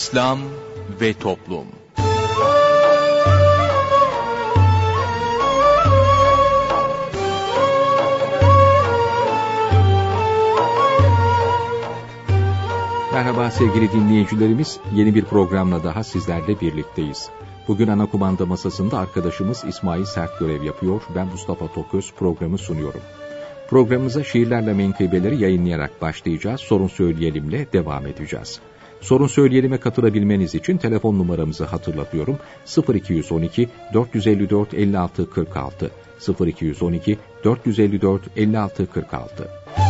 İslam ve Toplum. Merhaba sevgili dinleyicilerimiz, yeni bir programla daha sizlerle birlikteyiz. Bugün ana kumanda masasında arkadaşımız İsmail Sert görev yapıyor, ben Mustafa Toköz programı sunuyorum. Programımıza şiirlerle menkıbeleri yayınlayarak başlayacağız, sorun söyleyelimle devam edeceğiz. Sorun söyleyelim'e katılabilmeniz için telefon numaramızı hatırlatıyorum. 0212 454 56 46 0212 454 56 46.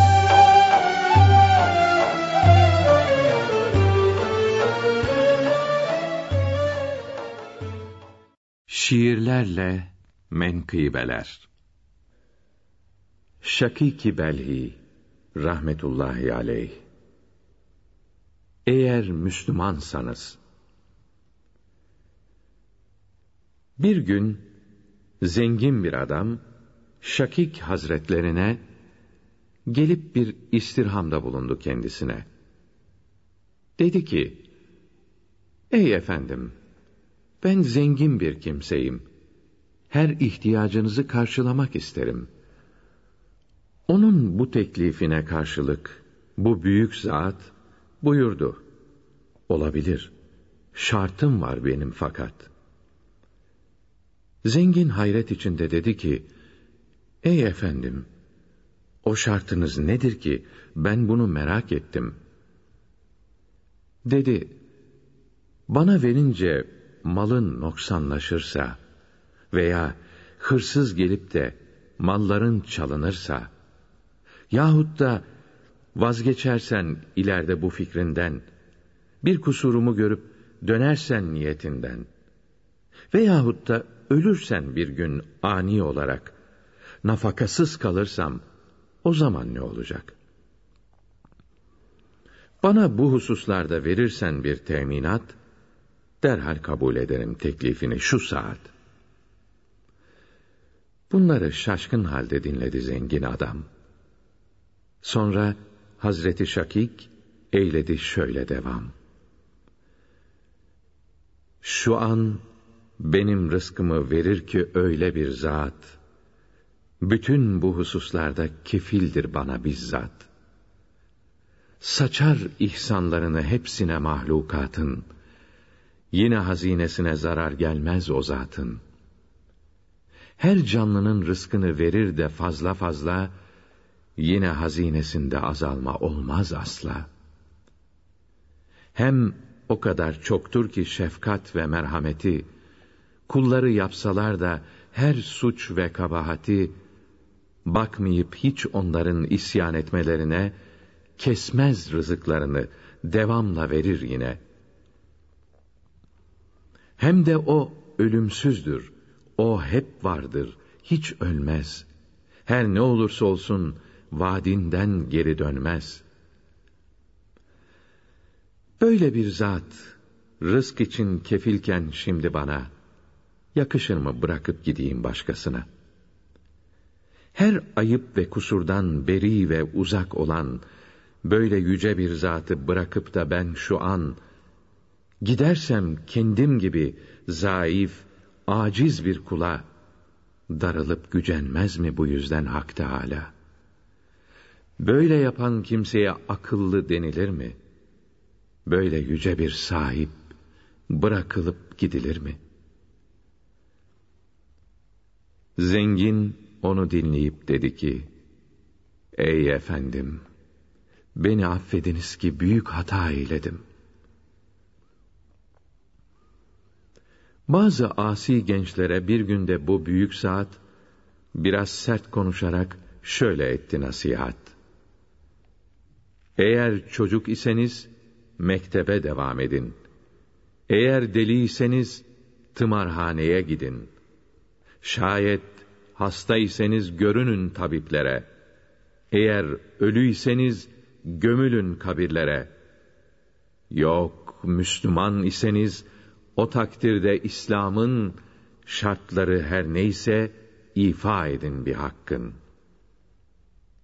Şiirlerle menkıbeler. Şakîk-i Belhi rahmetullahi aleyh. Eğer Müslümansanız. Bir gün zengin bir adam Şakîk Hazretlerine gelip bir istirhamda bulundu kendisine. Dedi ki: "Ey efendim, ben zengin bir kimseyim. Her ihtiyacınızı karşılamak isterim." Onun bu teklifine karşılık bu büyük zat buyurdu: "Olabilir. Şartım var benim fakat." Zengin hayret içinde dedi ki: "Ey efendim, o şartınız nedir ki? Ben bunu merak ettim." Dedi: "Bana verince malın noksanlaşırsa veya hırsız gelip de malların çalınırsa yahut da vazgeçersen ileride bu fikrinden, bir kusurumu görüp dönersen niyetinden veyahut da ölürsen bir gün ani olarak, nafakasız kalırsam o zaman ne olacak? Bana bu hususlarda verirsen bir teminat, derhal kabul ederim teklifini şu saat." Bunları şaşkın halde dinledi zengin adam. Sonra Hazreti Şakîk eyledi şöyle devam: "Şu an benim rızkımı verir ki öyle bir zat, bütün bu hususlarda kefildir bana bizzat. Saçar ihsanlarını hepsine mahlukatın, yine hazinesine zarar gelmez o zatın. Her canlının rızkını verir de fazla fazla, yine hazinesinde azalma olmaz asla. Hem o kadar çoktur ki şefkat ve merhameti, kulları yapsalar da her suç ve kabahati, bakmayıp hiç onların isyan etmelerine, kesmez rızıklarını, devamla verir yine. Hem de o ölümsüzdür, o hep vardır, hiç ölmez. Her ne olursa olsun vaadinden geri dönmez. Böyle bir zat, rızk için kefilken şimdi bana, yakışır mı bırakıp gideyim başkasına? Her ayıp ve kusurdan beri ve uzak olan, böyle yüce bir zatı bırakıp da ben şu an, gidersem kendim gibi zayıf, aciz bir kula, darılıp gücenmez mi bu yüzden Hak Teâlâ? Böyle yapan kimseye akıllı denilir mi? Böyle yüce bir sahip, bırakılıp gidilir mi?" Zengin onu dinleyip dedi ki: "Ey efendim, beni affediniz ki büyük hata eyledim." Bazı asi gençlere bir günde bu büyük zat, biraz sert konuşarak şöyle etti nasihat: "Eğer çocuk iseniz, mektebe devam edin. Eğer deliyseniz, tımarhaneye gidin. Şayet hasta iseniz görünün tabiplere. Eğer ölüyseniz, gömülün kabirlere. Yok, Müslüman iseniz, o takdirde İslam'ın şartları her neyse ifa edin bir hakkın."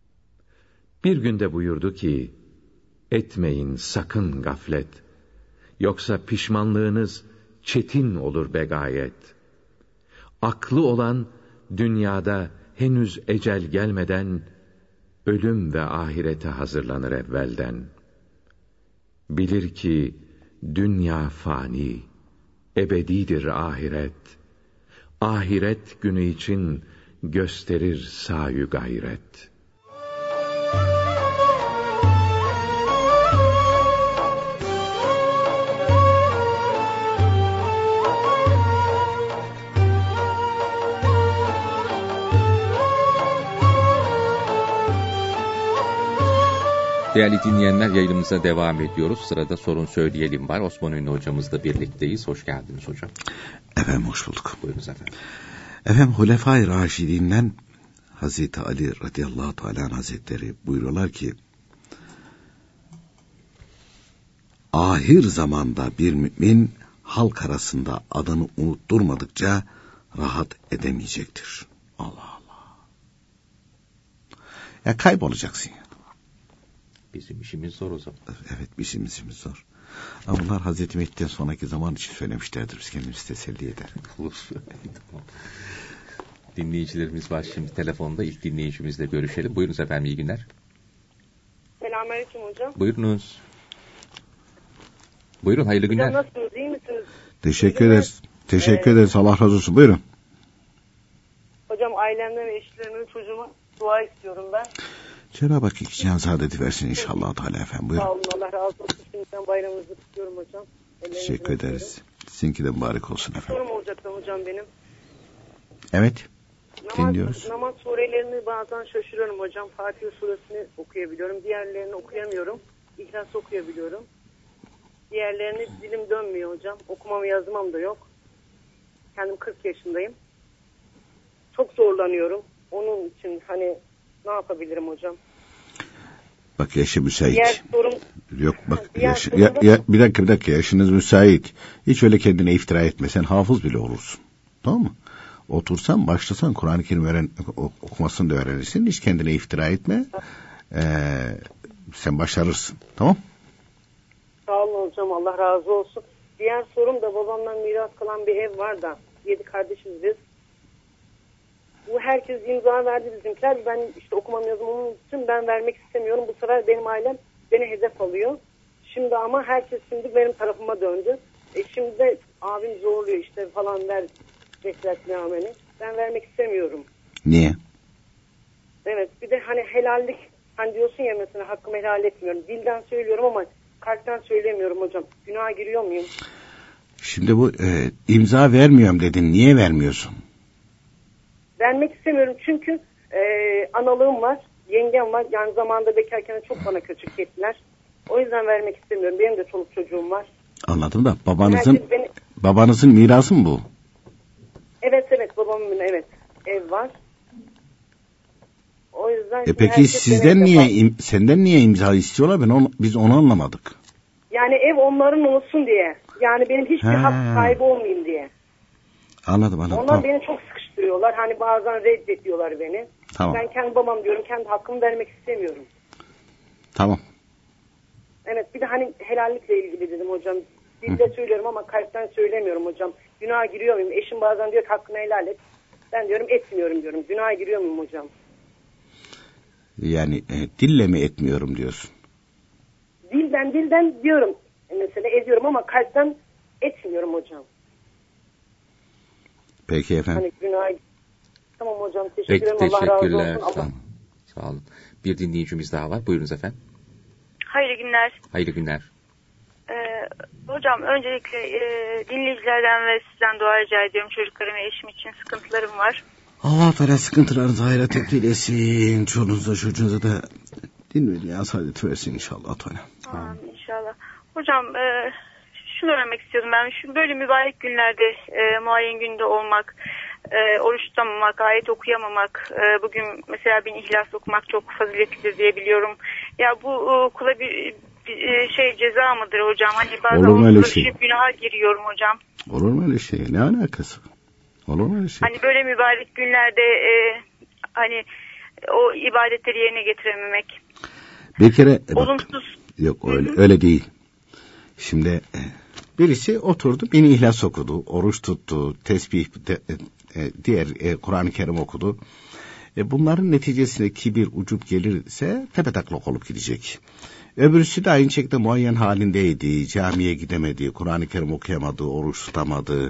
Bir günde buyurdu ki: "Etmeyin sakın gaflet. Yoksa pişmanlığınız çetin olur be gayet. Aklı olan dünyada henüz ecel gelmeden ölüm ve ahirete hazırlanır evvelden. Bilir ki dünya fani, ebedidir ahiret. Ahiret günü için gösterir sa'yu gayret. Değerli dinleyenler, yayınımıza devam ediyoruz. Sırada sorun söyleyelim var. Osman Ünlü hocamızla birlikteyiz. Hoş geldiniz hocam. Efendim hoş bulduk. Buyurunuz efendim. Efendim Hulefai Raşidinden Hazreti Ali radıyallahu teala hazretleri buyuruyorlar ki, ahir zamanda bir mümin halk arasında adını unutturmadıkça rahat edemeyecektir. Allah Allah. Ya kaybolacaksın ya. Bizim işimiz zor o zaman. Evet, bizim işimiz zor. Ama bunlar Hazreti Mehdi'den sonraki zaman için söylemişlerdir. Biz kendimizi teselli eder. Tamam. Dinleyicilerimiz var şimdi telefonda. İlk dinleyicimizle görüşelim. Buyurunuz efendim, iyi günler. Selamünaleyküm hocam. Buyurunuz. Buyurun, hayırlı günler. Hocam nasılsınız, iyi misiniz? Teşekkür ederiz. Teşekkür ederiz. Allah razı olsun. Buyurun. Hocam ailemden ve eşlerimin çocuğuma dua istiyorum ben. Cenab-ı Hak iki can saadeti versin inşallah Teala efendim. Buyurun. Sağ olun, Allah razı olsun. Şimdiden bayramınızı kutluyorum hocam. Teşekkür ederiz. Sizinki de mübarek olsun efendim. Sorum olacaktı hocam benim. Evet. Dinliyoruz. Namaz surelerini bazen şaşırıyorum hocam. Fatiha suresini okuyabiliyorum. Diğerlerini okuyamıyorum. İhlas okuyabiliyorum. Diğerlerini dilim dönmüyor hocam. Okumam yazmam da yok. Kendim 40 yaşındayım. Çok zorlanıyorum. Onun için hani ne yapabilirim hocam? Bak yaşı müsait. Diğer sorum... Yok bak bir dakika yaşınız müsait. Hiç öyle kendine iftira etme. Sen hafız bile olursun. Tamam mı? Otursan başlasan Kur'an-ı Kerim okumasını da öğrenirsin. Hiç kendine iftira etme. Sen başarırsın. Tamam? Sağ olun hocam, Allah razı olsun. Diğer sorum da babamdan miras kalan bir ev var da 7 kardeşiz biz. Bu herkes imza verdi bizimkiler. Ben işte okumam yazmamın için ben vermek istemiyorum. Bu sefer benim ailem beni hedef alıyor. Şimdi ama herkes şimdi benim tarafıma döndü. Şimdi de abim zorluyor işte falan ver bekletmeyameni. Ben vermek istemiyorum. Niye? Evet, bir de hani helallik, hani diyorsun ya mesela hakkımı helal etmiyorum. Dilden söylüyorum ama kalpten söylemiyorum hocam. Günaha giriyor muyum? Şimdi bu imza vermiyorum dedin. Niye vermiyorsun? Vermek istemiyorum çünkü analığım var, yengem var. Yani zamanında bekarken çok bana kötülük ettiler. O yüzden vermek istemiyorum. Benim de çoluk çocuğum var. Anladım da babanızın mirası mı bu? Evet babamın ev var. O yüzden peki senden niye imza istiyorlar? Biz onu anlamadık. Yani ev onların olsun diye. Yani benim hiçbir hak sahibi olmayayım diye. Anladım. Onlar tamam. beni çok sıkıştırıyorlar. Hani bazen reddediyorlar beni. Tamam. Ben kendi babam diyorum. Kendi hakkımı vermek istemiyorum. Tamam. Evet, bir de hani helallikle ilgili dedim hocam. Dilde söylüyorum ama kalpten söylemiyorum hocam. Günaha giriyor muyum? Eşim bazen diyor ki hakkını helal et. Ben diyorum etmiyorum diyorum. Günaha giriyor muyum hocam? Yani dille mi etmiyorum diyorsun? Dilden diyorum. Mesela ediyorum ama kalpten etmiyorum hocam. Peki efendim. Hani günaha... Tamam hocam, teşekkür ederim. Allah razı olsun. Tamam. Sağ olun. Bir dinleyicimiz daha var. Buyurunuz efendim. Hayırlı günler. Hayırlı günler. Hocam öncelikle dinleyicilerden ve sizden dua rica ediyorum. Çocuklarım ve eşim için sıkıntılarım var. Allah Teala sıkıntılarınızı hayra tebdil etsin. Çoluğunuza çocuğunuza da din ve dünya saadeti versin inşallah. Amin inşallah. Hocam şunu öğrenmek istiyordum ben. Böyle mübarek günlerde muayyen günde olmak, oruç tutamamak, ayet okuyamamak, bugün mesela bin ihlas okumak çok faziletlidir diye biliyorum. Ya bu kula bir ceza mıdır hocam? Hani bazen olur mu öyle şey? Günaha giriyorum hocam. Olur mu öyle şey? Ne alakası? Olur mu öyle şey? Hani böyle mübarek günlerde hani o ibadetleri yerine getirememek. Bir kere olumsuz. Yok öyle değil. Şimdi Birisi oturdu, beni İhlas okudu, oruç tuttu, tesbih, diğer Kur'an-ı Kerim okudu. Bunların neticesinde kibir, ucup gelirse tepetaklak olup gidecek. Öbürsü de aynı şekilde muayyen halindeydi, camiye gidemedi, Kur'an-ı Kerim okuyamadı, oruç tutamadı.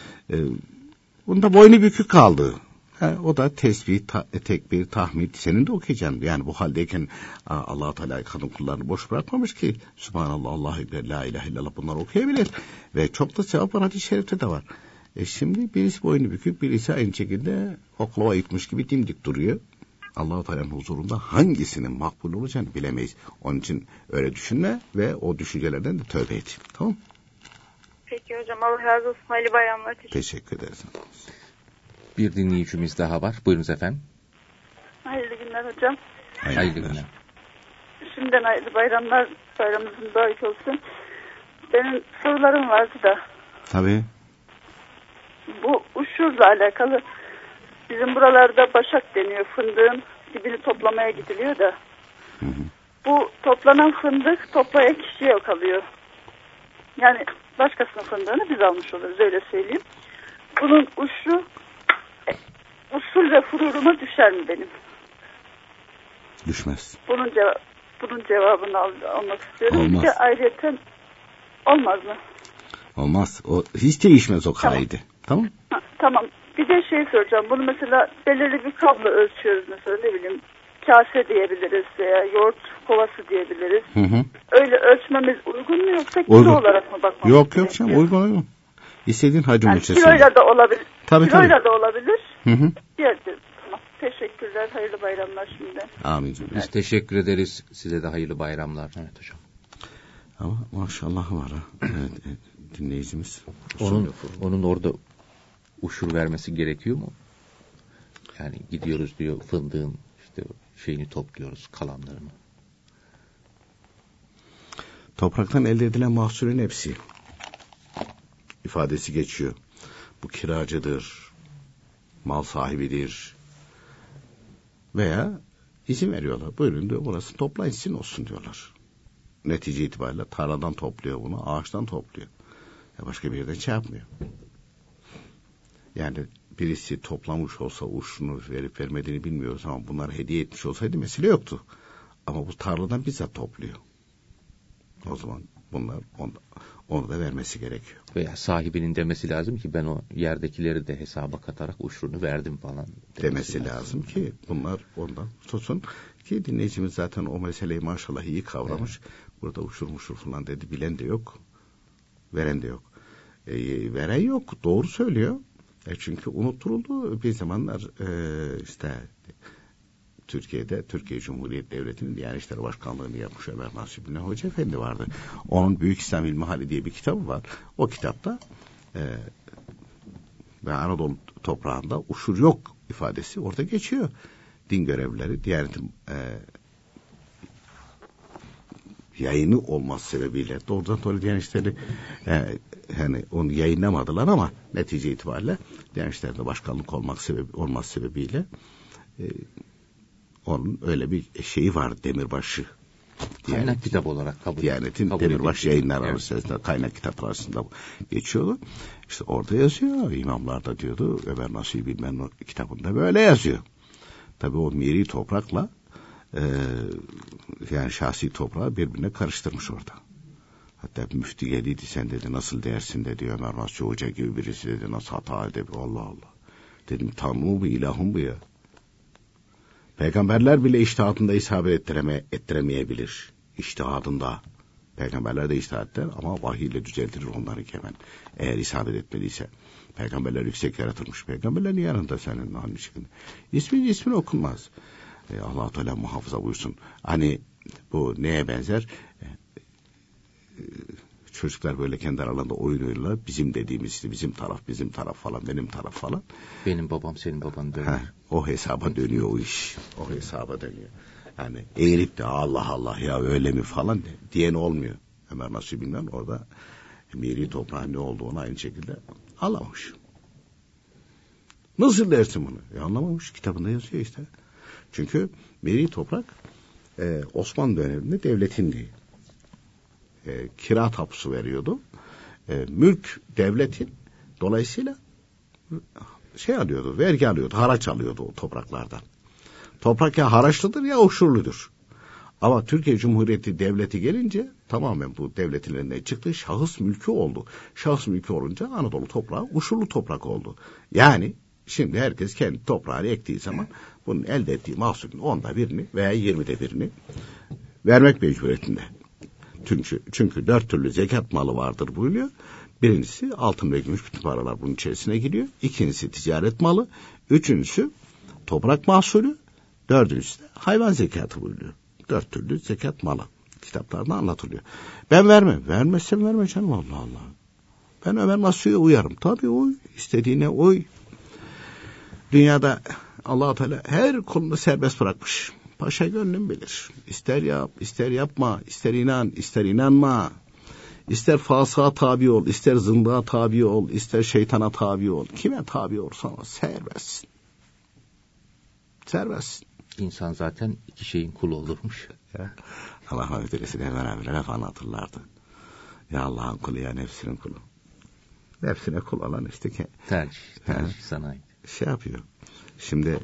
Bunda boynu bükük kaldı. O da tesbih, tekbir, tahmid, senin de okuyacaksın. Yani bu haldeyken Allah-u Teala kadın kullarını boş bırakmamış ki. Subhanallah, Allahu Ekber, la ilahe illallah, bunları okuyabilir. Ve çok da sevap var, hadis-i şerifte de var. Şimdi birisi boynu bükük, birisi aynı şekilde oklava yıkmış gibi dimdik duruyor. Allah-u Teala'nın huzurunda hangisinin makbul olacağını bilemeyiz. Onun için öyle düşünme ve o düşüncelerden de tövbe et. Tamam? Peki hocam, Allah razı olsun. Hayırlı bayramlar. Teşekkür ederiz. Bir dinleyicimiz daha var. Buyurunuz efendim. Hayırlı günler hocam. Hayırlı günler. Şimdiden hayırlı bayramlar, bayramınız mübarek olsun. Benim sorularım vardı da. Tabii. Bu uşurla alakalı, bizim buralarda başak deniyor, fındığın dibini toplamaya gidiliyor da. Hı hı. Bu toplanan fındık toplayan kişiye kalıyor. Yani başkasının fındığını biz almış oluruz, öyle söyleyeyim. Bunun uşu usul ve fururuma düşer mi benim? Düşmez. Bunun cevabını almak istiyorum. Olmaz. Bir de ayrıyeten olmaz mı? Olmaz. O hiç değişmez o kaide. Tamam. Tamam. Bir de soracağım. Bunu mesela belirli bir kablo ölçüyoruz mesela, ne bileyim, kase diyebiliriz veya yoğurt kovası diyebiliriz. Hı hı. Öyle ölçmemiz uygun mu, yoksa kilo Uygun. olarak mı bakmamız? Yok canım, uygun. İstediğin hacim ölçüsü. Kiloyla da olabilir. Tabii. Kiloyla da olabilir. Hı hı. Tamam. Teşekkürler. Hayırlı bayramlar şimdiden. Amin. Biz teşekkür ederiz. Size de hayırlı bayramlar. Evet hocam. Ama maşallah var ha. Evet, dinleyicimiz. Onun orada uşur vermesi gerekiyor mu? Yani gidiyoruz diyor, fındığın işte şeyini topluyoruz, kalanlarını. Topraktan elde edilen mahsulün hepsi ifadesi geçiyor. Bu kiracıdır, mal sahibidir veya izin veriyorlar. Buyurun diyor, burası toplayın, sizin olsun diyorlar. Netice itibariyle tarladan topluyor bunu, ağaçtan topluyor. Başka bir yerden şey yapmıyor. Yani birisi toplamış olsa, uşunu verip vermediğini bilmiyoruz ama bunlar hediye etmiş olsaydı mesele yoktu. Ama bu tarladan bizzat topluyor. O zaman bunlar onu da vermesi gerekiyor. Veya sahibinin demesi lazım ki ben o yerdekileri de hesaba katarak uşrunu verdim falan. Demesi lazım ki bunlar ondan tutsun ki dinleyicimiz zaten o meseleyi maşallah iyi kavramış. Evet. Burada uşur falan dedi, bilen de yok, veren de yok. Veren yok, doğru söylüyor. Çünkü unutturuldu bir zamanlar işte Türkiye'de Türkiye Cumhuriyeti Devleti'nin Diyanet İşleri Başkanlığı'nı yapmış Ömer Nasuh Billah Hoca Efendi vardı. Onun Büyük İslam İlmi Hali diye bir kitabı var. O kitapta ve Anadolu toprağında uşur yok ifadesi orada geçiyor. Din görevlileri Diyanet'in yayını olması sebebiyle doğrudan doğru Diyanet İşleri hani onu yayınlamadılar ama netice itibariyle Diyanet İşleri'nde başkanlık olması sebebiyle onun öyle bir şeyi var, demirbaşı. Kaynak kitap olarak kabul Diyanet'in demirbaş yayınları arasında kaynak kitap arasında geçiyordu. İşte orada yazıyor, imamlar da diyordu, Ömer Nasuh Bilmem kitabında böyle yazıyor. Tabii o miri toprakla yani şahsi toprağı birbirine karıştırmış orada. Hatta müftü geldiydi, sen dedi nasıl dersin dedi, Ömer Nasuh Hoca gibi birisi dedi nasıl hata edebilir, Allah Allah. Dedim Tanrı bu, ilahım bu ya. Peygamberler bile içtihatında isabet ettiremeyebilir. İçtihadında. Peygamberler de içtihat eder ama vahiyle düzeltilir onları hemen. Eğer isabet etmediyse. Peygamberler yüksek yaratılmış. Peygamberlerin yanında senin onun için. İsmin okunmaz. Allah-u Teala muhafaza buyursun. Hani bu neye benzer? Çocuklar böyle kendi aralarında oyun oynuyorlar. Bizim dediğimiz işte bizim taraf falan, benim taraf falan. Benim babam senin baban dönüyor. O hesaba dönüyor o iş. O hesaba dönüyor. Yani eğilip de Allah Allah ya öyle mi falan diyen olmuyor. Ömer Nasuh Bilmem orada miri toprağın ne olduğunu aynı şekilde anlamamış. Nasıl dersin bunu? Anlamamış. Kitabında yazıyor işte. Çünkü miri toprak Osmanlı döneminde devletindi. Kira tapusu veriyordu. Mülk devletin, dolayısıyla alıyordu, vergi alıyordu, haraç alıyordu o topraklardan. Toprak ya haraçlıdır ya uşurludur. Ama Türkiye Cumhuriyeti Devleti gelince tamamen bu devletin elinden çıktı, şahıs mülkü oldu. Şahıs mülkü olunca Anadolu toprağı uşurlu toprak oldu. Yani şimdi herkes kendi toprağını ektiği zaman bunun elde ettiği mahsulün 1/10 veya 1/20 vermek mecburiyetinde. Çünkü 4 türlü zekat malı vardır buyuruyor. Birincisi altın ve gümüş, bütün paralar bunun içerisine giriyor. İkincisi ticaret malı. Üçüncüsü toprak mahsulü. Dördüncüsü de hayvan zekatı buyuruyor. 4 türlü zekat malı kitaplarda anlatılıyor. Ben vermem. Vermezsem verme canım, Allah Allah. Ben Ömer Nasuh'a uyarım. Tabii uy. İstediğine uy. Dünyada Allah-u Teala her kulunu serbest bırakmış. Paşa gönlüm bilir. İster yap, ister yapma, ister inan, ister inanma. İster fasığa tabi ol, ister zındığa tabi ol, ister şeytana tabi ol. Kime tabi olursan serbestsin. Serbestsin. İnsan zaten iki şeyin kulu olurmuş. Ya, Allah rahmet eylesin, Enver abiler hep anlatırlardı. Ya Allah'ın kulu ya nefsinin kulu. Nefsine kul olan işte tercih sanayi. Yapıyor. Şimdi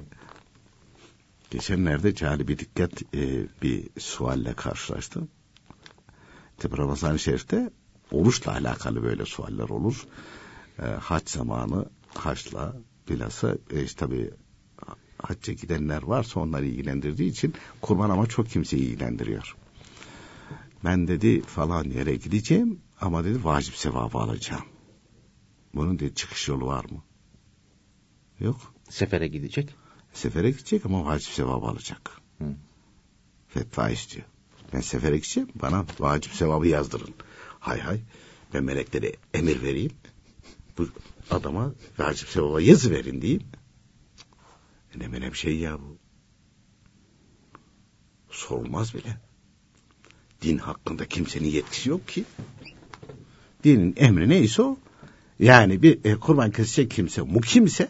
geçenlerde cali bir bir sualle karşılaştım. Tabi Ramazan-ı Şerif'te oruçla alakalı böyle sualler olur. Hac zamanı, haçla bilhassa tabi hacca gidenler varsa onları ilgilendirdiği için kurban ama çok kimseyi ilgilendiriyor. Ben dedi falan yere gideceğim ama dedi vacip sevabı alacağım. Bunun dedi çıkış yolu var mı? Yok. Sefere gidecek. Sefere gidecek ama vacip sevabı alacak. Fetva istiyor. Ben sefere gideceğim, bana vacip sevabı yazdırın. Hay ben meleklere emir vereyim. Bu adama vacip sevabı yazı verin diyeyim. Ne bir şey ya bu. Sorulmaz bile. Din hakkında kimsenin yetkisi yok ki. Dinin emri neyse o. Yani bir kurban kesecek kimse, mukimse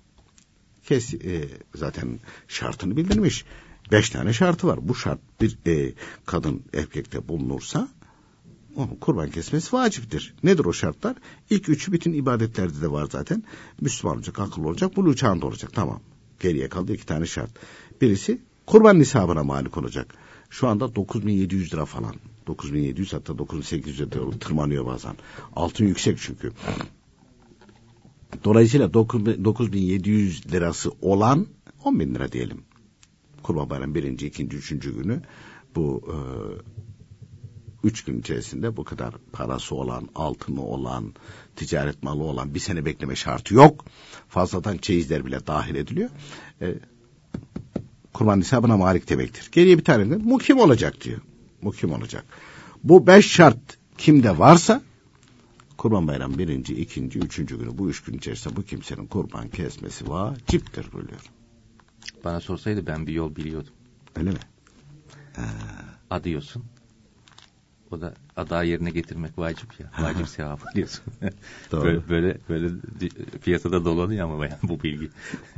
zaten şartını bildirmiş. 5 tane şartı var. Bu şart bir kadın erkekte bulunursa onun kurban kesmesi vaciptir. Nedir o şartlar? İlk 3'ü bütün ibadetlerde de var zaten. Müslüman olacak, akıllı olacak, buluğ çağında olacak. Tamam. Geriye kaldı 2 tane şart. Birisi kurban nisabına malik olacak. Şu anda 9.700 lira falan. 9.700 hatta 9.800'e doğru tırmanıyor bazen. Altın yüksek çünkü. Dolayısıyla 9.700 lirası olan 10.000 lira diyelim. Kurban Bayramı 1., 2., 3. günü bu 3 gün içerisinde bu kadar parası olan, altını olan, ticaret malı olan, bir sene bekleme şartı yok. Fazladan çeyizler bile dahil ediliyor. Kurban nisabına malik demektir. Geriye bir tane de mukim olacak diyor. Mukim olacak. Bu 5 şart kimde varsa Kurban Bayramı 1., 2., 3. günü bu 3 gün içerisinde bu kimsenin kurban kesmesi vaciptir buyuruyor. Bana sorsaydı ben bir yol biliyordum. Öyle mi? Adıyorsun. O da adağı yerine getirmek vacip ya. Vacip sevabı diyorsun. böyle piyasada dolanıyor ama bayağı bu bilgi.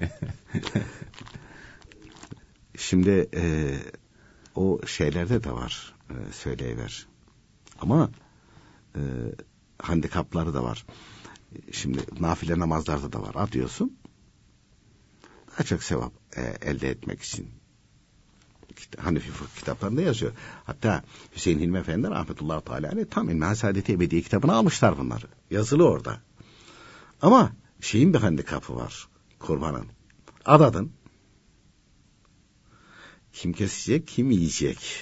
Şimdi o şeylerde de var. Söyleyiver. Ama handikapları da var. Şimdi nafile namazlarda da var. Adıyorsun. Daha çok sevap elde etmek için. Hanefi fıkıh kitaplarında yazıyor. Hatta Hüseyin Hilmi Efendi rahmetullahi teala tam İlmihal Saadet-i Ebediye kitabını almışlar bunları. Yazılı orada. Ama şeyin bir handikapı var. Kurbanın. Adadın. Kim kesecek, kim yiyecek?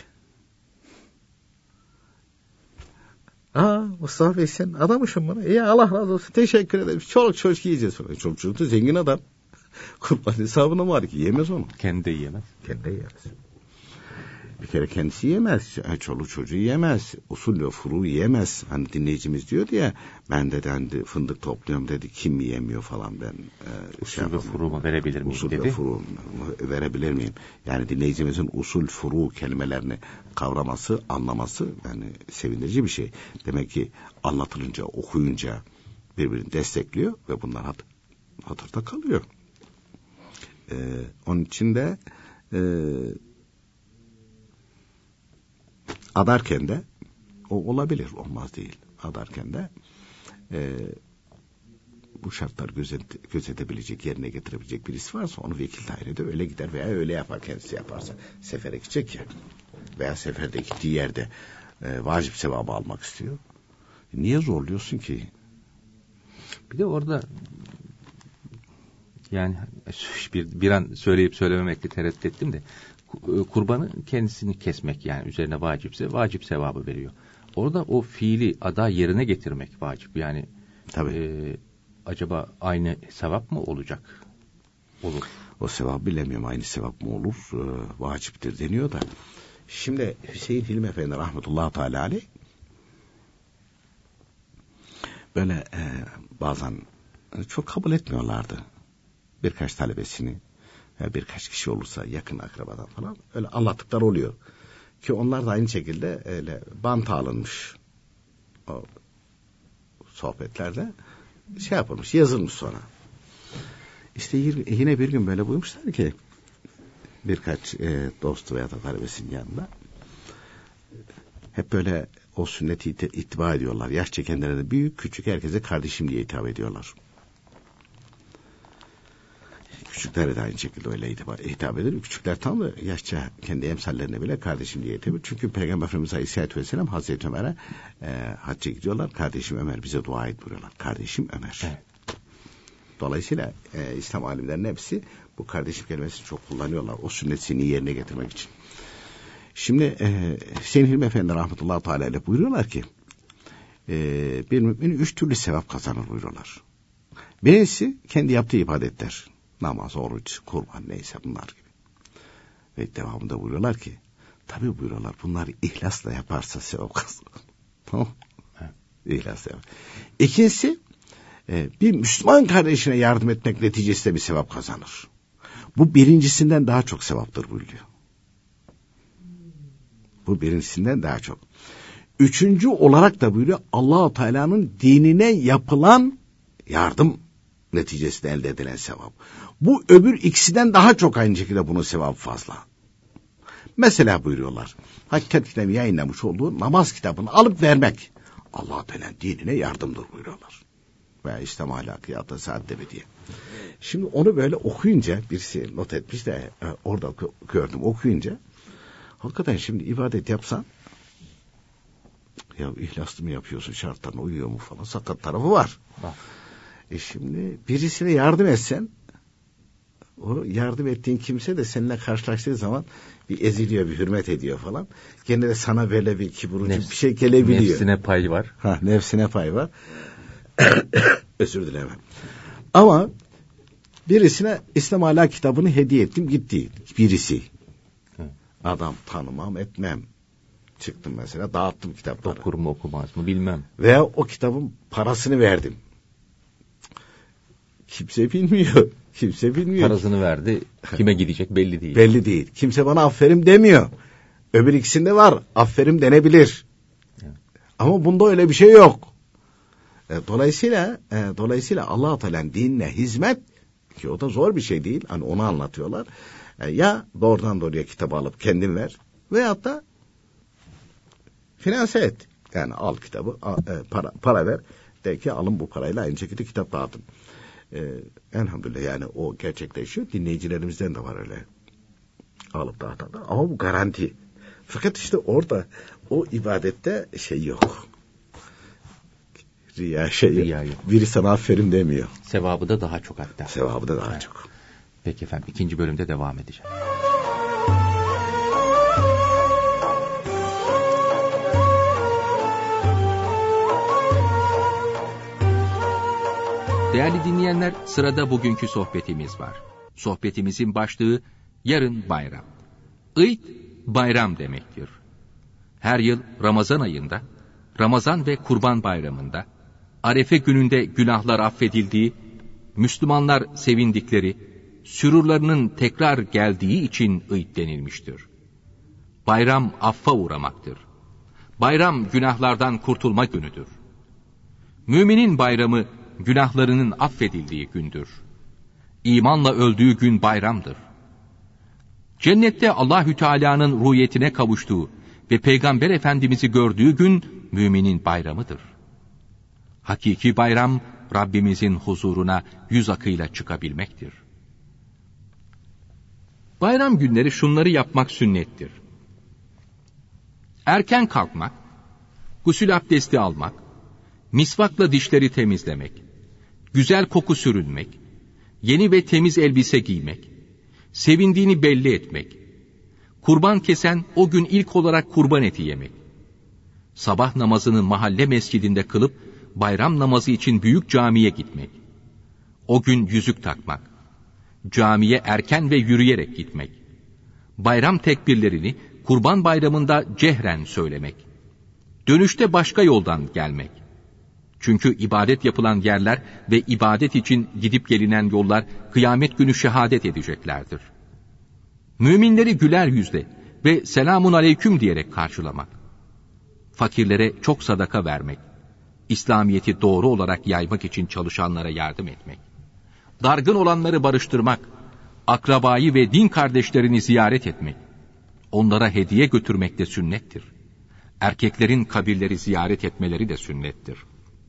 Mustafa Bey sen adamışsın bana. İyi Allah razı olsun. Teşekkür ederim. Çoluk çocuk yiyeceğiz. Çoluk çocuk da zengin adam. Kurban hesabına var ki yemez onu. Kendi de yiyemez. Kendi de yiyemez. Bir kere kendisi yemez. Çoluk çocuğu yemez. Usul ve furu yemez. Hani dinleyicimiz diyordu ya ben de fındık topluyorum dedi. Kim yemiyor falan ben. Usul ve furu mu verebilir miyim usul dedi. Usul ve furu verebilir miyim? Yani dinleyicimizin usul furu kelimelerini kavraması, anlaması yani sevindirici bir şey. Demek ki anlatılınca, okuyunca birbirini destekliyor ve bunlar hatırda kalıyor. Onun için de adarken de o olabilir, olmaz değil. Adarken de bu şartlar gözetebilecek, yerine getirebilecek birisi varsa onu vekil tayin eder, öyle gider veya öyle yapar, kendisi yaparsa. Sefere gidecek ya veya seferde gittiği yerde vacip sevabı almak istiyor. Niye zorluyorsun ki? Bir de orada yani bir an söyleyip söylememekle tereddüt ettim de kurbanı kendisini kesmek, yani üzerine vacipse vacip sevabı veriyor. Orada o fiili ada yerine getirmek vacip. Yani acaba aynı sevap mı olacak? Olur. O sevap bilemiyorum, aynı sevap mı olur? Vaciptir deniyor da. Şimdi Hüseyin Hilmi Efendi rahmetullahi teala aleyh böyle bazen çok kabul etmiyorlardı. Birkaç talebesini, birkaç kişi olursa yakın akrabadan falan öyle anlattıkları oluyor. Ki onlar da aynı şekilde öyle banta alınmış. O sohbetlerde şey yapılmış, yazılmış sonra. İşte yine bir gün böyle buyurmuşlar ki birkaç dostu veya da talebesinin yanında hep böyle o sünneti ittiba ediyorlar. Yaşça kendilerine büyük, küçük herkese kardeşim diye hitap ediyorlar. Küçüklere de aynı şekilde öyle hitap edilir. Küçükler tam da yaşça kendi emsallerine bile kardeşim diye hitap ediyor. Çünkü Peygamber Efendimiz Aleyhisselatü Vesselam Hazreti Ömer'e hacca gidiyorlar. Kardeşim Ömer bize dua et buyuruyorlar. Kardeşim Ömer. Evet. Dolayısıyla İslam alimlerinin hepsi bu kardeşim kelimesini çok kullanıyorlar. O sünnetini yerine getirmek için. Şimdi Hüseyin Hilmi Efendi rahmetullahi teala ile buyuruyorlar ki bir mümin 3 türlü sevap kazanır buyuruyorlar. Birincisi kendi yaptığı ibadetler. Namaz, oruç, kurban neyse bunlar gibi. Ve devamında buyuruyorlar ki tabii buyuruyorlar bunları ihlasla yaparsa sevap kazanır. Tamam. İhlasla yapar. İkincisi bir Müslüman kardeşine yardım etmek neticesinde bir sevap kazanır. Bu birincisinden daha çok sevaptır buyuruyor. Bu birincisinden daha çok. Üçüncü olarak da buyuruyor Allah-u Teala'nın dinine yapılan yardım neticesinde elde edilen sevap. Bu öbür ikisinden daha çok aynı şekilde bunun sevabı fazla. Mesela buyuruyorlar. Hakikat kitabı yayınlamış olduğu namaz kitabını alıp vermek Allah-u Teala'nın dinine yardımdır buyuruyorlar. Veya İslam ahlakiyatı saatte diye. Şimdi onu böyle okuyunca birisi not etmiş de orada gördüm okuyunca hakikaten şimdi ibadet yapsan ya ihlaslı mı yapıyorsun, şartlarına uyuyor mu falan, sakat tarafı var. Şimdi birisine yardım etsen o yardım ettiğin kimse de seninle karşılaştığı zaman bir eziliyor, bir hürmet ediyor falan. Gene de sana böyle bir kiburucu bir şey gelebiliyor. Nefsine pay var. Nefsine pay var. Özür dilerim. Ama birisine İslam ahlak kitabını hediye ettim gitti. Birisi. Adam tanımam etmem. Çıktım mesela dağıttım kitapları. Okur mu okumaz mı bilmem. Veya o kitabın parasını verdim. Kimse bilmiyor. Kimse bilmiyor. Parasını verdi. Kime gidecek belli değil. Belli değil. Kimse bana aferin demiyor. Öbür ikisinde var. Aferin denebilir. Evet. Ama bunda öyle bir şey yok. Dolayısıyla Allah-u Teala'nın dinine hizmet ki o da zor bir şey değil. Hani onu anlatıyorlar. Ya doğrudan doğruya kitabı alıp kendin ver veyahut da finanse et. Yani al kitabı, para ver. De ki alın bu parayla aynı şekilde kitap dağıtın. Elhamdülillah yani o gerçekleşiyor. Dinleyicilerimizden de var öyle. Alıp dağıtanlar. Ama bu garanti. Fakat işte orada o ibadette şey yok. Riya yok. Biri sana aferin demiyor. Sevabı da daha çok hatta. Sevabı da daha çok. Peki efendim ikinci bölümde devam edeceğim. Değerli dinleyenler, sırada bugünkü sohbetimiz var. Sohbetimizin başlığı yarın bayram. İd bayram demektir. Her yıl Ramazan ayında, Ramazan ve Kurban Bayramı'nda, Arefe gününde günahlar affedildiği, Müslümanlar sevindikleri, sürurlarının tekrar geldiği için İd denilmiştir. Bayram affa uğramaktır. Bayram günahlardan kurtulma günüdür. Müminin bayramı günahlarının affedildiği gündür. İmanla öldüğü gün bayramdır. Cennette Allahü Teala'nın ruhiyetine kavuştuğu ve Peygamber Efendimiz'i gördüğü gün müminin bayramıdır. Hakiki bayram, Rabbimizin huzuruna yüz akıyla çıkabilmektir. Bayram günleri şunları yapmak sünnettir. Erken kalkmak, gusül abdesti almak, misvakla dişleri temizlemek, güzel koku sürünmek, yeni ve temiz elbise giymek, sevindiğini belli etmek, kurban kesen o gün ilk olarak kurban eti yemek, sabah namazını mahalle mescidinde kılıp bayram namazı için büyük camiye gitmek, o gün yüzük takmak, camiye erken ve yürüyerek gitmek, bayram tekbirlerini kurban bayramında cehren söylemek, dönüşte başka yoldan gelmek. Çünkü ibadet yapılan yerler ve ibadet için gidip gelinen yollar kıyamet günü şehadet edeceklerdir. Müminleri güler yüzle ve selamun aleyküm diyerek karşılamak, fakirlere çok sadaka vermek, İslamiyet'i doğru olarak yaymak için çalışanlara yardım etmek, dargın olanları barıştırmak, akrabayı ve din kardeşlerini ziyaret etmek, onlara hediye götürmek de sünnettir. Erkeklerin kabirleri ziyaret etmeleri de sünnettir.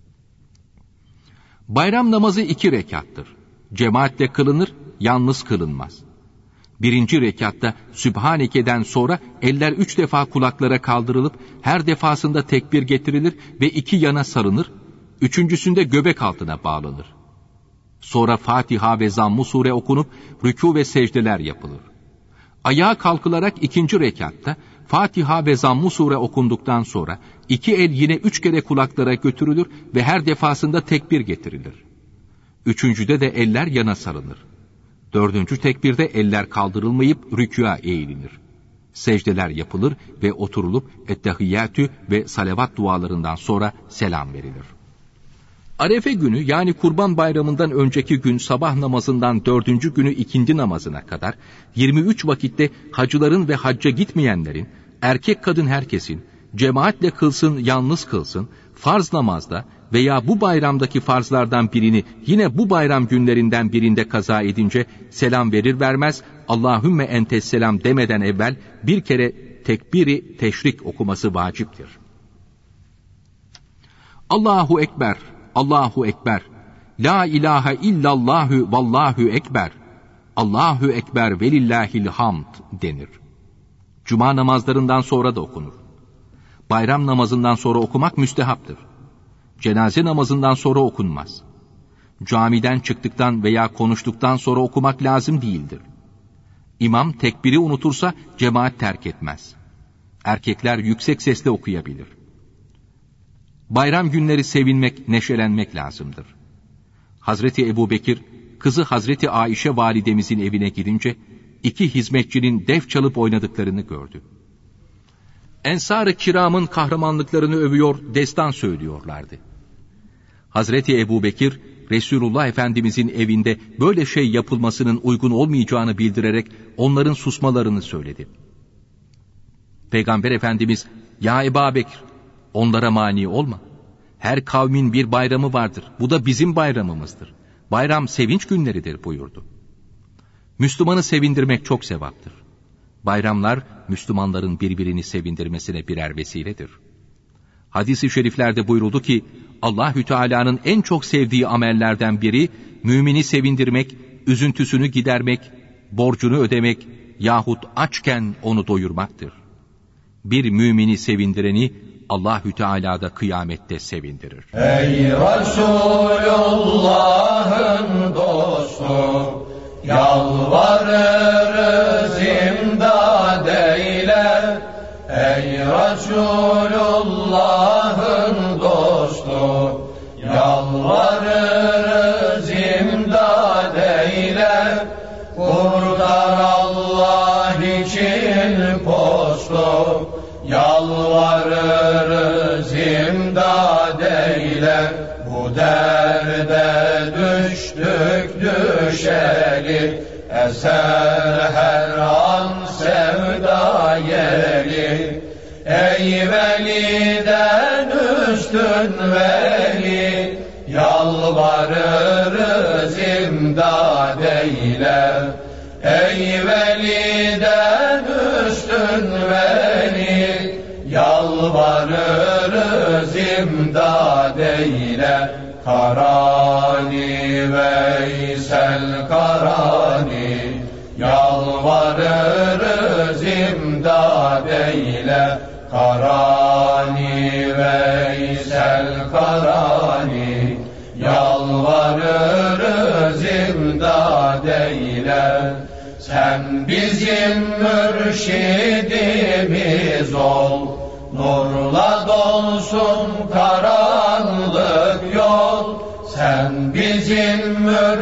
Bayram namazı 2 rekattır. Cemaatle kılınır, yalnız kılınmaz. 1. rekatta Sübhaneke'den sonra eller 3 defa kulaklara kaldırılıp her defasında tekbir getirilir ve 2 yana sarınır, 3.'sünde göbek altına bağlanır. Sonra Fatiha ve Zamm-ı Sure okunup rükû ve secdeler yapılır. Ayağa kalkılarak 2. rekatta Fatiha ve Zamm-ı Sure okunduktan sonra 2 el yine 3 kere kulaklara götürülür ve her defasında tekbir getirilir. 3.'de de eller yana sarılır. 4. tekbirde eller kaldırılmayıp rükûa eğilinir. Secdeler yapılır ve oturulup ettehiyyatü ve salavat dualarından sonra selam verilir. Arefe günü yani Kurban Bayramı'ndan önceki gün sabah namazından 4. günü ikindi namazına kadar 23 vakitte hacıların ve hacca gitmeyenlerin, erkek kadın herkesin, cemaatle kılsın yalnız kılsın, farz namazda veya bu bayramdaki farzlardan birini yine bu bayram günlerinden birinde kaza edince selam verir vermez Allahümme entes selam demeden evvel bir kere tekbiri teşrik okuması vaciptir. Allahu Ekber, Allahu Ekber, La ilahe illallahü vallahu ekber, Allahu Ekber velillahil hamd denir. Cuma namazlarından sonra da okunur. Bayram namazından sonra okumak müstehaptır. Cenaze namazından sonra okunmaz. Camiden çıktıktan veya konuştuktan sonra okumak lazım değildir. İmam tekbiri unutursa cemaat terk etmez. Erkekler yüksek sesle okuyabilir. Bayram günleri sevinmek, neşelenmek lazımdır. Hazreti Ebubekir, kızı Hazreti Ayşe validemizin evine gidince 2 hizmetçinin def çalıp oynadıklarını gördü. Ensar-ı Kiram'ın kahramanlıklarını övüyor, destan söylüyorlardı. Hazreti Ebubekir, Resulullah Efendimizin evinde böyle şey yapılmasının uygun olmayacağını bildirerek onların susmalarını söyledi. Peygamber Efendimiz, "Ya Ebubekir, onlara mani olma. Her kavmin bir bayramı vardır. Bu da bizim bayramımızdır. Bayram sevinç günleridir" buyurdu. Müslümanı sevindirmek çok sevaptır. Bayramlar, Müslümanların birbirini sevindirmesine birer vesiledir. Hadis-i şeriflerde buyuruldu ki, Allahü Teala'nın en çok sevdiği amellerden biri, mümini sevindirmek, üzüntüsünü gidermek, borcunu ödemek yahut açken onu doyurmaktır. Bir mümini sevindireni, Allahü Teala da kıyamette sevindirir. Ey Resulullah'ın dostu, yalvarırız imdad eyle. Ey Resulullah'ın dostu, yalvarırız imdad eyle. Kurtar Allah için postu, yalvarırız imdad eyle. Bu derde düştük düşeli, eser her an sevda yeli. Ey veliden üstün veli, yalvarırız imdad eyle. Ey veliden üstün veli, yalvarırız imdad eyle Karani Veysel Karani yalvarırız imdad eyle Karani Veysel Karani yalvarırız imdad eyle sen bizim mürşidimiz ol nurla dolsun karanlık yol sen bizim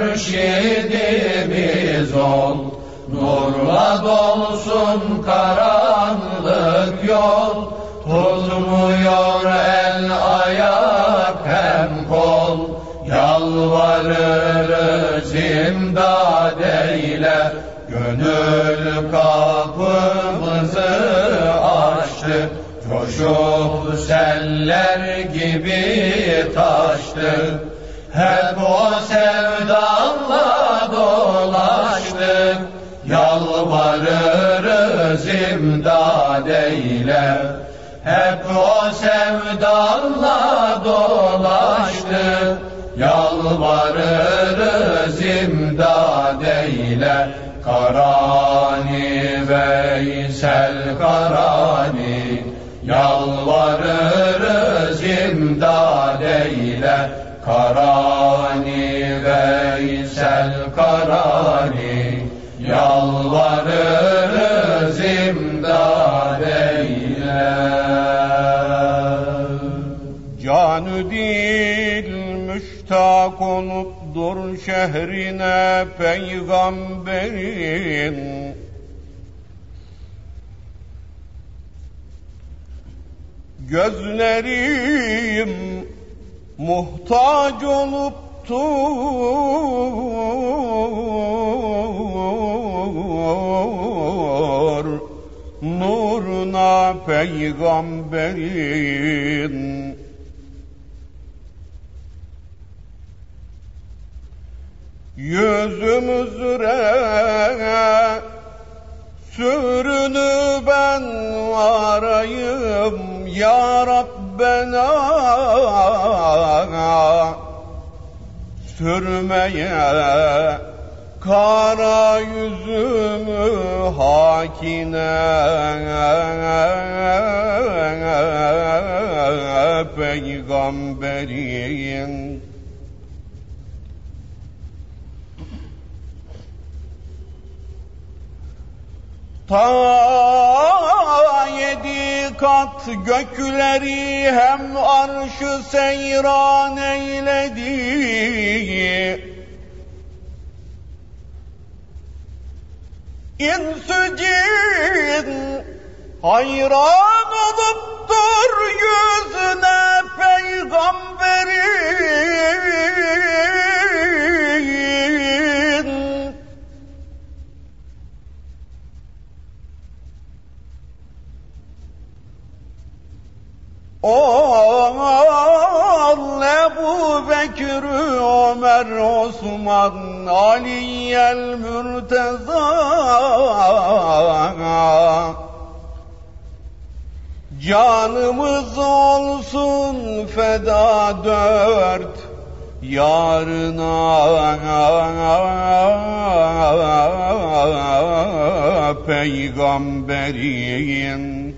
mürşidimiz ol nurla dolsun karanlık yol tutmuyor el ayak hem kol yalvarırız imdad eyle gönül kapımızı açtı coşup seller gibi taştı hep o sevdanla dolaştık yalvarırız imdad eyle hep o sevdanla dolaştık yalvarırız imdad eyle Karani Veysel Karani yalvarırız imdad eyle Karani Veysel Karani yalvarırız imdad eyle Canü dil müştak olupdur şehrine peygamberin gözlerim muhtaç oluptur nuruna peygamberin yüzümüzre sürünü ben varayım ya Rabbena sürmeye kara yüzümü hakine peygamberin ta 7 kat gökleri hem arşı seyran eyledi İns-i cin hayran oluptur yüzüne peygamberin Ol Ebu Bekir, Ömer, Osman, Ali'yel Mürteza canımız olsun feda 4 yarına peygamberin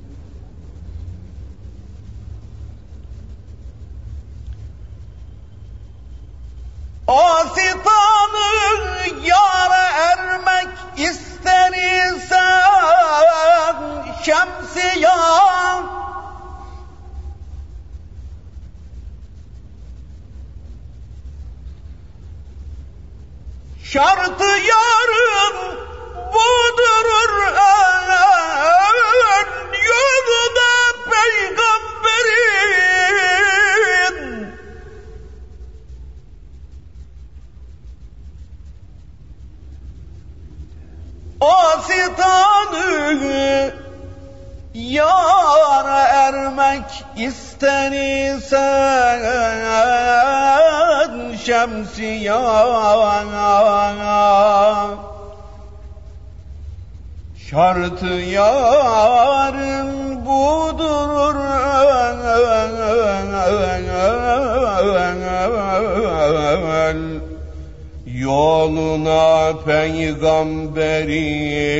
asitanı yâre ermek ister isen şemsiyan şartı yarın budurur yoluna peygamberin asitanı yâre ermek ister isen şemsiyan şartı yarın budurur yoluna peygamberi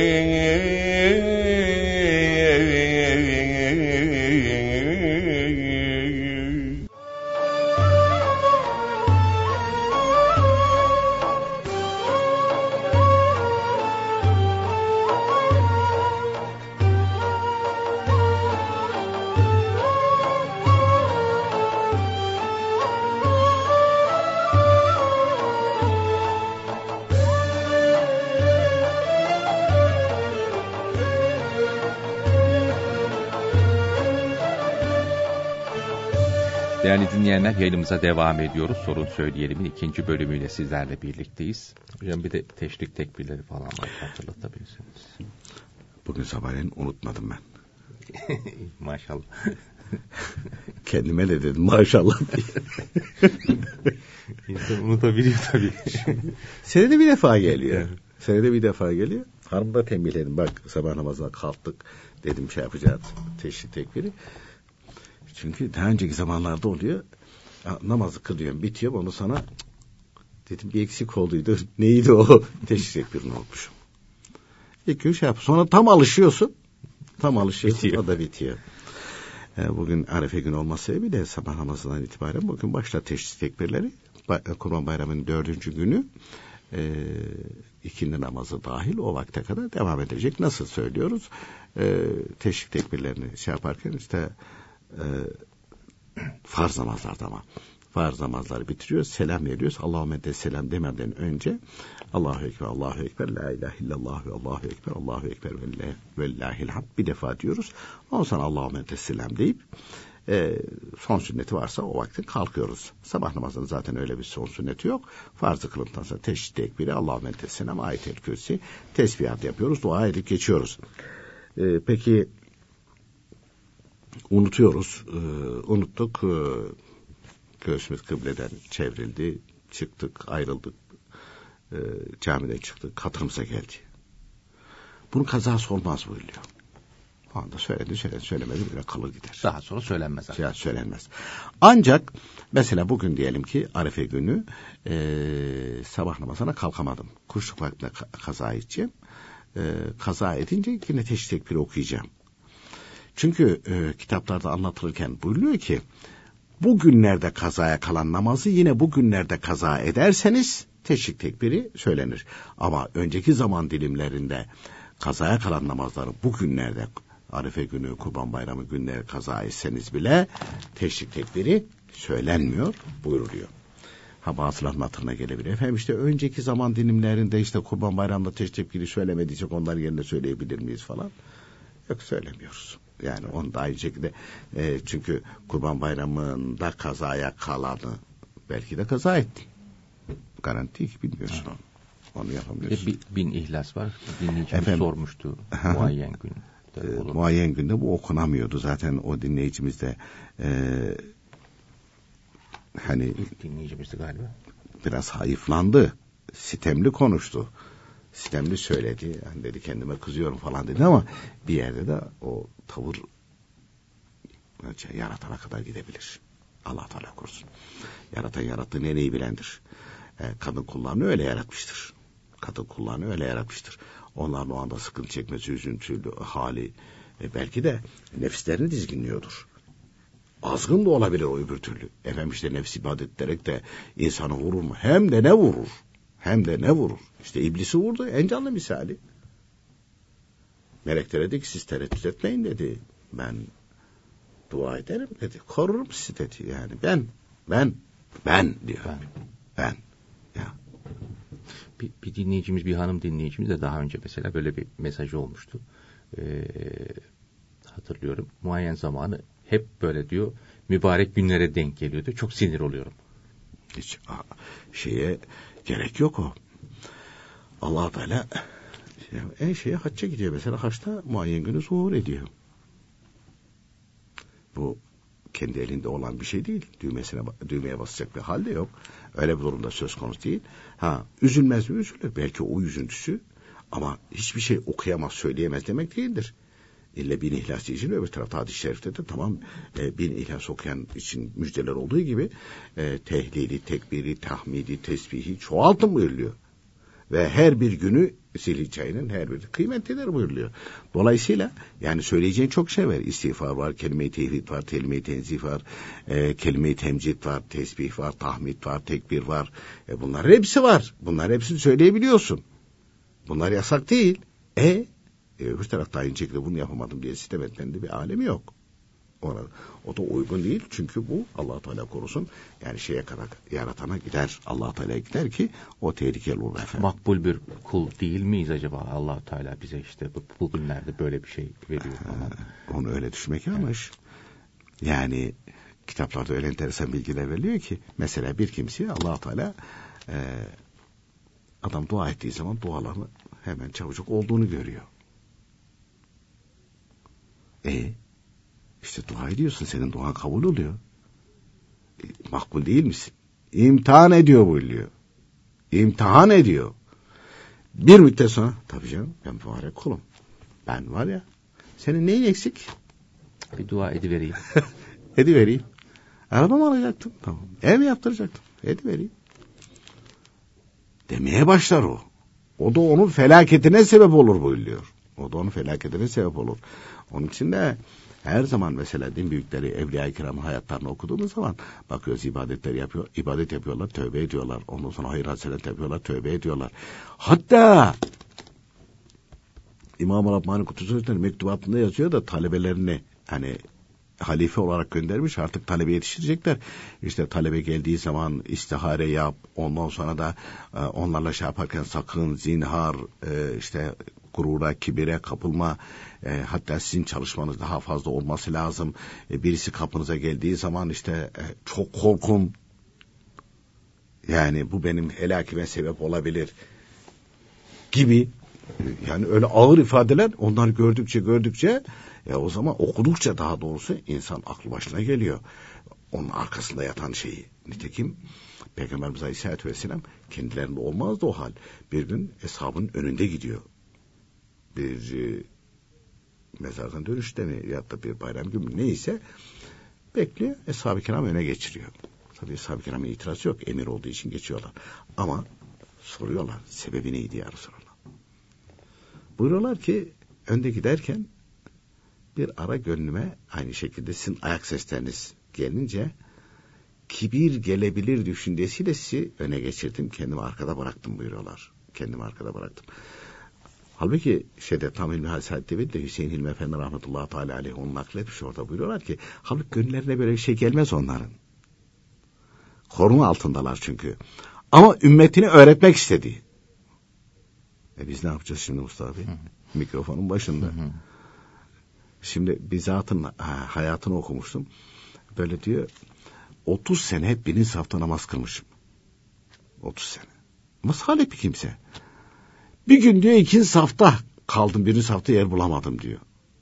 Değerli dinleyenler, yayınımıza devam ediyoruz. Sorun Söyleyelim'in 2. bölümüyle sizlerle birlikteyiz. Hocam bir de teşrik tekbirleri falan var, hatırlatabilirsiniz. Bugün sabahleyin unutmadım ben. Maşallah. Kendime de dedim maşallah. İnsan unutabiliyor tabii. Senede bir defa geliyor. Senede bir defa geliyor. Hanım da tembihledim. Bak sabah namazına kalktık. Dedim şey yapacağız. Teşrik tekbiri. Çünkü daha önceki zamanlarda oluyor. Namazı kılıyorum, bitiyor. Onu sana dedim bir eksik olduydu. Neydi o? Teşrik tekbirini olmuşum. İlk gün şey yap. Sonra tam alışıyorsun. Bitiyor. O da bitiyor. Bugün Arefe günü olması sebebiyle sabah namazından itibaren bugün başlar teşrik tekbirleri. Kurban Bayramı'nın 4. günü ikindi namazı dahil o vakte kadar devam edecek. Nasıl söylüyoruz? Teşrik tekbirlerini şey yaparken işte farz namazlarda ama farz namazları bitiriyoruz, selam veriyoruz. Allahümme de selam demeden önce Allahu Ekber, Allahu Ekber, La ilahe illallah ve Allahu Ekber, Allahu Ekber ve Lillahil hamd bir defa diyoruz. Ondan sonra Allahümme de selam deyip son sünneti varsa o vakti kalkıyoruz. Sabah namazının zaten öyle bir son sünneti yok. Farzı kılıntıdan sonra teşrik tekbiri, Allahümme de selam, ayet-el kürsi, tesbihat yapıyoruz, dua edip geçiyoruz. Peki unutuyoruz. Unuttuk. Göğsümüz kıbleden çevrildi. Çıktık, ayrıldık. Camiden çıktık. Hatırımıza geldi. Bunun kazası olmaz buyuruyor. O anda söylemedi bile kalır gider. Daha sonra söylenmez. Söylenmez. Ancak mesela bugün diyelim ki Arefe günü sabah namazına kalkamadım. Kuşluk vaktinde kaza edeceğim. Kaza edince yine teşrik tekbiri okuyacağım. Çünkü kitaplarda anlatılırken buyuruyor ki bu günlerde kazaya kalan namazı yine bu günlerde kaza ederseniz teşrik tekbiri söylenir. Ama önceki zaman dilimlerinde kazaya kalan namazları bu günlerde Arefe günü, Kurban Bayramı günleri kaza etseniz bile teşrik tekbiri söylenmiyor buyuruluyor. Bazılarının hatırına gelebilir. Efendim işte önceki zaman dilimlerinde işte Kurban Bayramı'nda teşrik tekbiri söylemediysek onların yerine söyleyebilir miyiz falan? Yok, söylemiyoruz. Yani onu da aynı şekilde çünkü Kurban Bayramı'nda kazaya kalanı belki de kaza etti. Garanti ki bilmiyorsun onu. Onu yapamıyorsun. Bin ihlas var. Dinleyicimiz sormuştu muayyen gün. Muayyen günde bu okunamıyordu. Zaten o dinleyicimiz de hani ilk dinleyicimizdi galiba. Biraz hayıflandı. Sitemli konuştu. Sitemli söyledi. Yani dedi kendime kızıyorum falan dedi ama bir yerde de o tavır yaratana kadar gidebilir. Allah Teala korusun. Yaratan yarattığını en iyi bilendir. Kadın kullarını öyle yaratmıştır. Onların o anda sıkıntı çekmesi, üzüntülü hali belki de nefislerini dizginliyordur. Azgın da olabilir o öbür türlü. Efendim işte nefs ibadet ederek de insanı vurur mu? Hem de ne vurur? İşte iblisi vurdu, en canlı misali. Meleklere dedi ki siz tereddüt etmeyin dedi. Ben dua ederim dedi. Korurum sizi dedi. Yani ben diyor. Ben. Ya. Bir dinleyicimiz, bir hanım dinleyicimiz de daha önce mesela böyle bir mesajı olmuştu. Hatırlıyorum. Muayyen zamanı hep böyle diyor, mübarek günlere denk geliyor diyor. Çok sinir oluyorum. Hiç şeye gerek yok o. Allah Teala en şeye hacca gidiyor. Mesela haçta muayyen günü zuhur ediyor. Bu kendi elinde olan bir şey değil. Düğmeye basacak bir hal de yok. Öyle bir durumda söz konusu değil. Üzülmez mi? Üzülür. Belki o üzüntüsü ama hiçbir şey okuyamaz, söyleyemez demek değildir. İlle 1000 ihlas için öbür tarafta hadis-i şerifte de tamam 1000 ihlas okuyan için müjdeler olduğu gibi tehlili, tekbiri, tahmidi, tesbihi çoğaltın buyuruluyor. Ve her bir günü Zilhicce'nin her bir kıymetlidir buyuruluyor. Dolayısıyla yani söyleyeceğin çok şey var. İstiğfar var, kelime-i tevhid var, kelime-i tenzih var, kelime-i temcid var, tesbih var, tahmid var, tekbir var. Bunların hepsi var. Bunların hepsini söyleyebiliyorsun. Bunlar yasak değil. Öbür tarafta aynı şekilde bunu yapamadım diye sitem etmenin de bir alemi yok. O da uygun değil çünkü bu Allah Teala korusun yani şeye kadar yaratana gider, Allah Teala gider ki o tehlikeli olur efendim. Makbul bir kul değil miyiz acaba? Allah Teala bize işte bu günlerde böyle bir şey veriyor falan. Onu öyle düşünmek yanlış. Yani kitaplarda öyle enteresan bilgiler veriliyor ki mesela bir kimseye Allah Teala adam dua ettiği zaman dualarını hemen çabucak olduğunu görüyor. İşte dua ediyorsun, senin duan kabul oluyor. Makbul değil misin? İmtihan ediyor buyuruyor. İmtihan ediyor. Bir müddet sonra, tabii canım ben mübarek kulum. Ben var ya, senin neyin eksik? Bir dua edivereyim. Edivereyim. Araba mı alacaktım? Tamam. Ev mi yaptıracaktım? Edivereyim. Demeye başlar o. O da onun felaketine sebep olur buyuruyor. O da onun felaketine sebep olur. Onun için de her zaman mesela din büyükleri, Evliya-i Kiram'ın hayatlarını okuduğumuz zaman bakıyoruz ibadet yapıyorlar, tövbe ediyorlar. Ondan sonra hayır hasenet yapıyorlar, tövbe ediyorlar. Hatta İmam-ı Rabbani Kutusu Hazretleri mektubatında yazıyor da talebelerini hani halife olarak göndermiş, artık talebe yetiştirecekler. İşte talebe geldiği zaman istihare yap, ondan sonra da onlarla şey yaparken sakın zinhar işte gurura, kibire kapılma, hatta sizin çalışmanız daha fazla olması lazım. Birisi kapınıza geldiği zaman işte çok korkun. Yani bu benim helakime sebep olabilir gibi. Yani öyle ağır ifadeler, onlar gördükçe o zaman okudukça daha doğrusu insan aklı başına geliyor. Onun arkasında yatan şeyi. Nitekim Peygamberimiz Aleyhisselatü Vesselam kendilerinde olmazdı o hal. Bir gün eshabın önünde gidiyor. Bir mezardan dönüşte mi ya da bir bayram gibi neyse bekliyor. Eshab-ı Kiram öne geçiriyor. Tabii Eshab-ı Kiram'ın itirazı yok. Emir olduğu için geçiyorlar. Ama soruyorlar. Sebebi neydi ya Resulallah? Buyuruyorlar ki önde giderken bir ara gönlüme aynı şekilde sizin ayak sesleriniz gelince kibir gelebilir düşüncesiyle sizi öne geçirdim. Kendimi arkada bıraktım buyuruyorlar. Kendimi arkada bıraktım. Halbuki tam İlmi Halisalet Devlet de Hüseyin Hilmi Efendi rahmetullahi teala aleyh onu nakletmiş orada buyuruyorlar ki halbuki gönüllerine böyle bir şey gelmez onların. Koruma altındalar çünkü. Ama ümmetini öğretmek istedi. Biz ne yapacağız şimdi Mustafa Bey? Mikrofonun başında. Şimdi bizzatın hayatını okumuştum. Böyle diyor 30 sene hep birinci safta namaz kılmışım. 30 sene. Ama salih bir kimse. Bir gün diyor ikinci safta kaldım, birinci safta yer bulamadım diyor.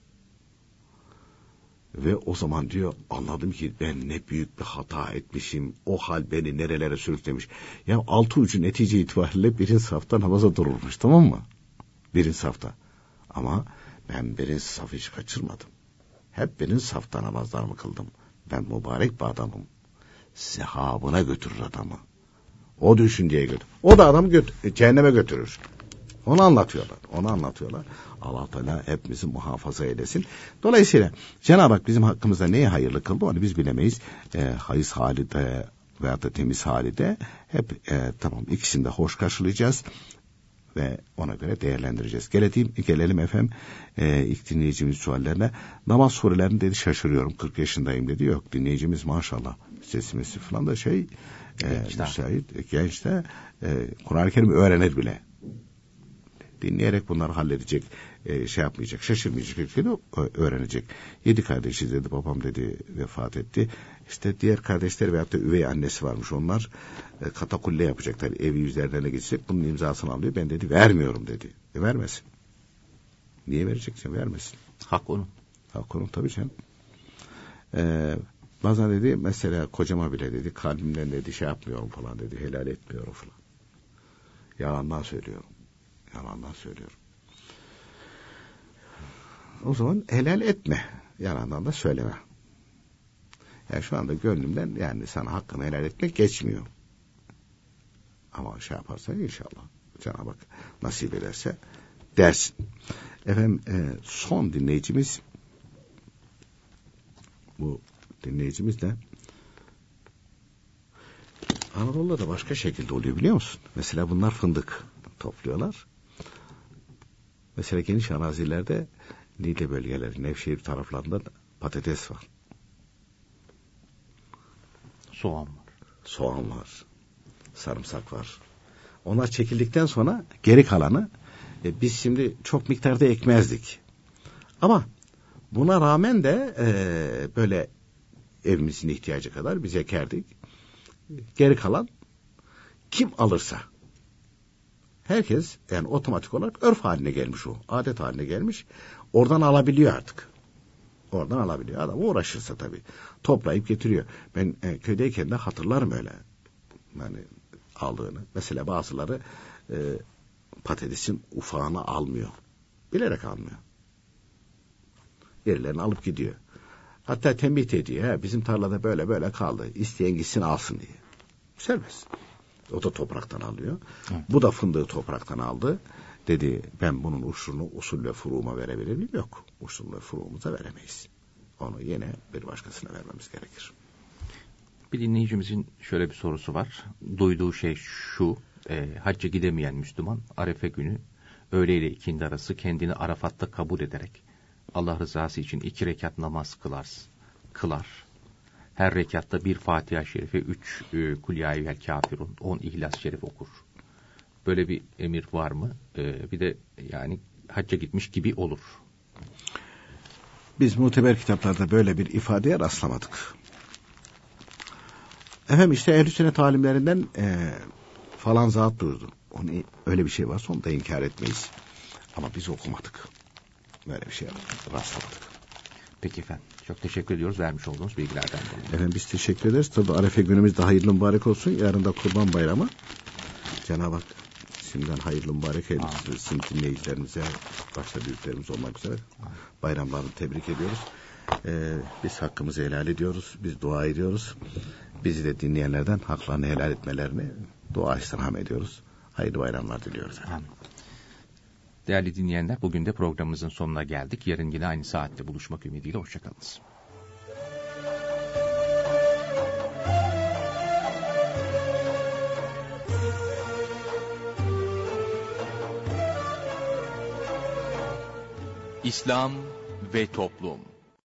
Ve o zaman diyor anladım ki ben ne büyük bir hata etmişim. O hal beni nerelere sürüklemiş. Ya 6 ucu netice itibariyle birinci safta namaza durulmuş, tamam mı? Birinci safta. Ama ben birinci safı hiç kaçırmadım. Hep birinci safta namazlarımı kıldım. Ben mübarek bir adamım. Sehabına götürür adamı. O düşünceye götürür. O da adamı cehenneme götürür. Onu anlatıyorlar. Allah Teala hepimizi muhafaza eylesin. Dolayısıyla Cenab-ı Hak bizim hakkımızda neyi hayırlı kıldı onu biz bilemeyiz. Hayız hali de veya da temiz hali de hep tamam ikisini de hoş karşılayacağız ve ona göre değerlendireceğiz. Gelelim efendim ilk dinleyicimiz suallerine. Namaz surelerini dedi şaşırıyorum. 40 yaşındayım dedi. Yok dinleyicimiz maşallah sesimiz falan da müsait genç de Kur'an-ı Kerim öğrenir bile. Dinleyerek bunları halledecek, yapmayacak, şaşırmayacak şekilde öğrenecek. 7 kardeşiz dedi, babam dedi vefat etti. İşte diğer kardeşler veyahut da üvey annesi varmış onlar. Katakulle yapacaklar, evi üzerlerine geçecek. Bunun imzasını alıyor. Ben dedi vermiyorum dedi. Vermesin. Niye vereceksin? Vermesin. Hak onun. Hak onun tabii canım. Bazen dedi mesela kocama bile dedi kalbimden dedi yapmıyorum falan dedi. Helal etmiyorum falan. Yalandan söylüyorum. O zaman helal etme. Yalandan da söyleme. Yani şu anda gönlümden yani sana hakkını helal etmek geçmiyor. Ama şey yaparsan inşallah Cenab-ı Hak nasip ederse dersin. Efendim son dinleyicimiz, bu dinleyicimiz de Anadolu'da da başka şekilde oluyor biliyor musun? Mesela bunlar fındık topluyorlar. Mesela geniş arazilerde Niğde bölgeleri, Nevşehir taraflarında patates var. Soğan var. Sarımsak var. Onlar çekildikten sonra geri kalanı biz şimdi çok miktarda ekmezdik. Ama buna rağmen de böyle evimizin ihtiyacı kadar biz ekerdik. Geri kalan kim alırsa herkes yani otomatik olarak örf haline gelmiş o. Adet haline gelmiş. Oradan alabiliyor artık. Oradan alabiliyor. Adam uğraşırsa tabii. Toplayıp getiriyor. Ben köydeyken de hatırlarım öyle. Yani aldığını. Mesela bazıları patatesin ufağını almıyor. Bilerek almıyor. Yerlerini alıp gidiyor. Hatta tembih ediyor. Bizim tarlada böyle böyle kaldı. İsteyen gitsin alsın diye. Serbest. O da topraktan alıyor. Hı. Bu da fındığı topraktan aldı. Dedi ben bunun uçurunu usul ve furuğuma verebilir miyim? Yok. Usul ve furuğumuza veremeyiz. Onu yine bir başkasına vermemiz gerekir. Bir dinleyicimizin şöyle bir sorusu var. Duyduğu şey şu. Hacca gidemeyen Müslüman Arefe günü öğle ile ikindi arası kendini Arafat'ta kabul ederek Allah rızası için 2 rekat namaz kılar. Her rekatta bir Fatiha-i Şerife, 3 Kul ya eyyuhel kafirun, 10 İhlas-ı Şerif okur. Böyle bir emir var mı? Bir de yani hacca gitmiş gibi olur. Biz muteber kitaplarda böyle bir ifadeye rastlamadık. Efendim işte ehl-i sünnet alimlerinden falan zat duyurdu. Onu, öyle bir şey varsa onu da inkar etmeyiz. Ama biz okumadık. Böyle bir şey rastlamadık. Peki efendim. Çok teşekkür ediyoruz vermiş olduğunuz bilgilerden dolayı. Efendim biz teşekkür ederiz. Tabii Arefe günümüz de hayırlı mübarek olsun. Yarın da Kurban Bayramı. Cenab-ı Hak şimdiden hayırlı mübarek eylesin dinleyicilerimize, başta büyüklerimiz olmak üzere bayramlarını tebrik ediyoruz. Biz hakkımızı helal ediyoruz. Biz dua ediyoruz. Bizi de dinleyenlerden haklarını helal etmelerini dua istirham ediyoruz. Hayırlı bayramlar diliyoruz. Amin. Değerli dinleyenler, bugün de programımızın sonuna geldik. Yarın yine aynı saatte buluşmak ümidiyle hoşçakalınız. İslam ve Toplum.